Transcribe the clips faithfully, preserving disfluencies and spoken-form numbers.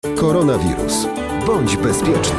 Koronawirus. Bądź bezpieczny.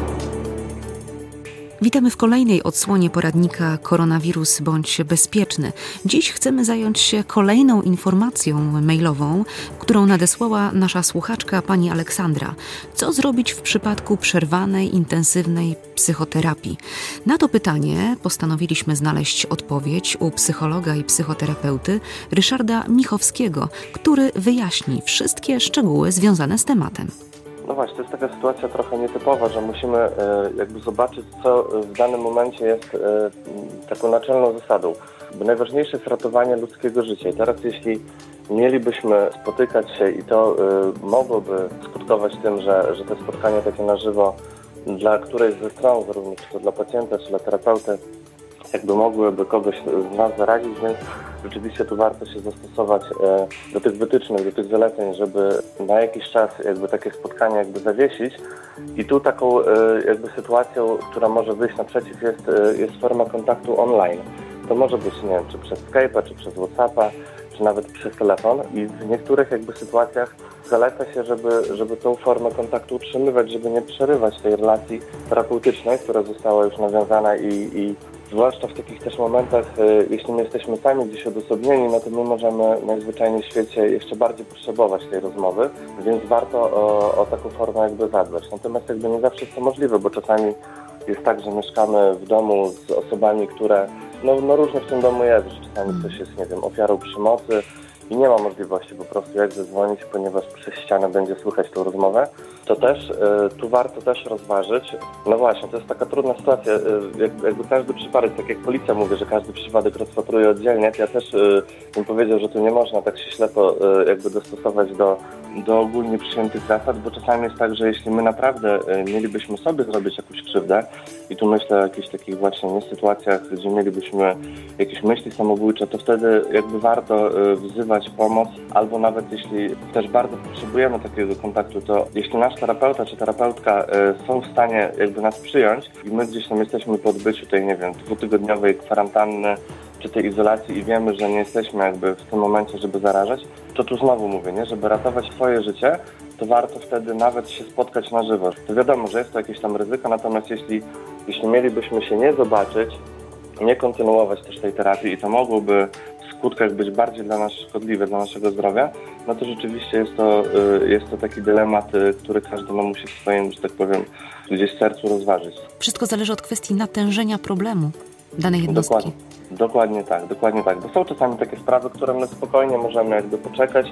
Witamy w kolejnej odsłonie poradnika Koronawirus bądź bezpieczny. Dziś chcemy zająć się kolejną informacją mailową, którą nadesłała nasza słuchaczka pani Aleksandra. Co zrobić w przypadku przerwanej, intensywnej psychoterapii? Na to pytanie postanowiliśmy znaleźć odpowiedź u psychologa i psychoterapeuty Ryszarda Michowskiego, który wyjaśni wszystkie szczegóły związane z tematem. No właśnie, to jest taka sytuacja trochę nietypowa, że musimy e, jakby zobaczyć, co w danym momencie jest e, taką naczelną zasadą. Bo najważniejsze jest ratowanie ludzkiego życia. I teraz jeśli mielibyśmy spotykać się i to e, mogłoby skutkować tym, że, że te spotkania takie na żywo dla którejś ze stron, zarówno czy to dla pacjenta, czy dla terapeuty, jakby mogłyby kogoś z nas zarazić, więc rzeczywiście tu warto się zastosować e, do tych wytycznych, do tych zaleceń, żeby na jakiś czas jakby takie spotkania jakby zawiesić. I tu taką e, jakby sytuacją, która może wyjść naprzeciw, jest, e, jest forma kontaktu online. To może być, nie wiem, czy przez Skype'a, czy przez WhatsAppa, czy nawet przez telefon. I w niektórych jakby sytuacjach zaleca się, żeby, żeby tą formę kontaktu utrzymywać, żeby nie przerywać tej relacji terapeutycznej, która została już nawiązana i, i zwłaszcza w takich też momentach, jeśli my jesteśmy sami gdzieś odosobnieni, no to my możemy najzwyczajniej w świecie jeszcze bardziej potrzebować tej rozmowy, więc warto o, o taką formę jakby zadbać. Natomiast jakby nie zawsze jest to możliwe, bo czasami jest tak, że mieszkamy w domu z osobami, które no, no różnie w tym domu jest, że czasami ktoś jest, nie wiem, ofiarą przemocy i nie ma możliwości po prostu jak zadzwonić, ponieważ przez ścianę będzie słychać tą rozmowę, to też y, tu warto też rozważyć. No właśnie, to jest taka trudna sytuacja. Y, jakby, jakby każdy przypadek, tak jak policja mówi, że każdy przypadek rozpatruje oddzielnie, to ja też y, bym powiedział, że tu nie można tak się ślepo y, jakby dostosować do, do ogólnie przyjętych zasad, bo czasami jest tak, że jeśli my naprawdę y, mielibyśmy sobie zrobić jakąś krzywdę, i tu myślę o jakichś takich właśnie nie sytuacjach, gdzie mielibyśmy jakieś myśli samobójcze, to wtedy jakby warto y, wzywać pomoc, albo nawet jeśli też bardzo potrzebujemy takiego kontaktu, to jeśli nasz terapeuta czy terapeutka y, są w stanie jakby nas przyjąć i my gdzieś tam jesteśmy po odbyciu tej, nie wiem, dwutygodniowej kwarantanny czy tej izolacji i wiemy, że nie jesteśmy jakby w tym momencie, żeby zarażać, to tu znowu mówię, nie, żeby ratować swoje życie, to warto wtedy nawet się spotkać na żywo. To wiadomo, że jest to jakieś tam ryzyko, natomiast jeśli, jeśli mielibyśmy się nie zobaczyć, nie kontynuować też tej terapii i to mogłoby w skutkach być bardziej dla nas szkodliwe, dla naszego zdrowia, no to rzeczywiście jest to, jest to taki dylemat, który każdy no, musi w swoim, że tak powiem, gdzieś w sercu rozważyć. Wszystko zależy od kwestii natężenia problemu danej jednostki. Dokładnie, dokładnie tak, dokładnie tak, bo są czasami takie sprawy, które my spokojnie możemy jakby poczekać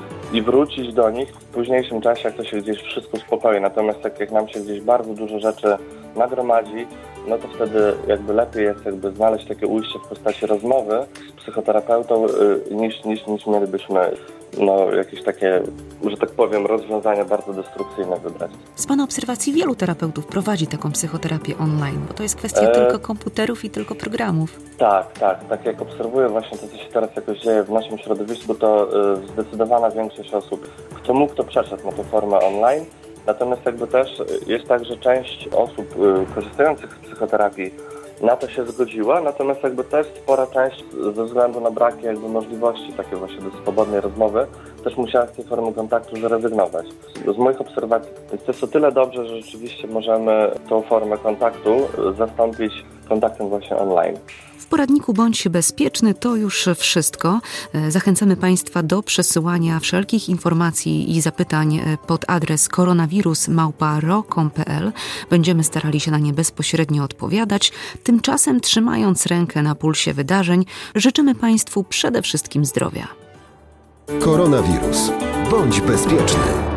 i wrócić do nich w późniejszym czasie, jak to się gdzieś wszystko uspokoi. Natomiast tak jak nam się gdzieś bardzo dużo rzeczy nagromadzi, no to wtedy jakby lepiej jest jakby znaleźć takie ujście w postaci rozmowy z psychoterapeutą yy, niż, niż, niż mielibyśmy no, jakieś takie, że tak powiem, rozwiązania bardzo destrukcyjne wybrać. Z Pana obserwacji wielu terapeutów prowadzi taką psychoterapię online, bo to jest kwestia e... tylko komputerów i tylko programów. Tak, tak. Tak jak obserwuję właśnie to, co się teraz jakoś dzieje w naszym środowisku, to yy, zdecydowana większość osób, kto mógł, to przeszedł na tę formę online. Natomiast jakby też jest tak, że część osób y, korzystających z psychoterapii na to się zgodziła, natomiast jakby też spora część ze względu na brak jakby możliwości takiej właśnie do swobodnej rozmowy też musiała z tej formy kontaktu zrezygnować. Z moich obserwacji jest to o tyle dobrze, że rzeczywiście możemy tą formę kontaktu zastąpić kontaktem właśnie online. W poradniku Bądź bezpieczny to już wszystko. Zachęcamy Państwa do przesyłania wszelkich informacji i zapytań pod adres koronawirus małpa ro kropka com kropka pe el. Będziemy starali się na nie bezpośrednio odpowiadać. Tymczasem, trzymając rękę na pulsie wydarzeń, życzymy Państwu przede wszystkim zdrowia. Koronawirus. Bądź bezpieczny.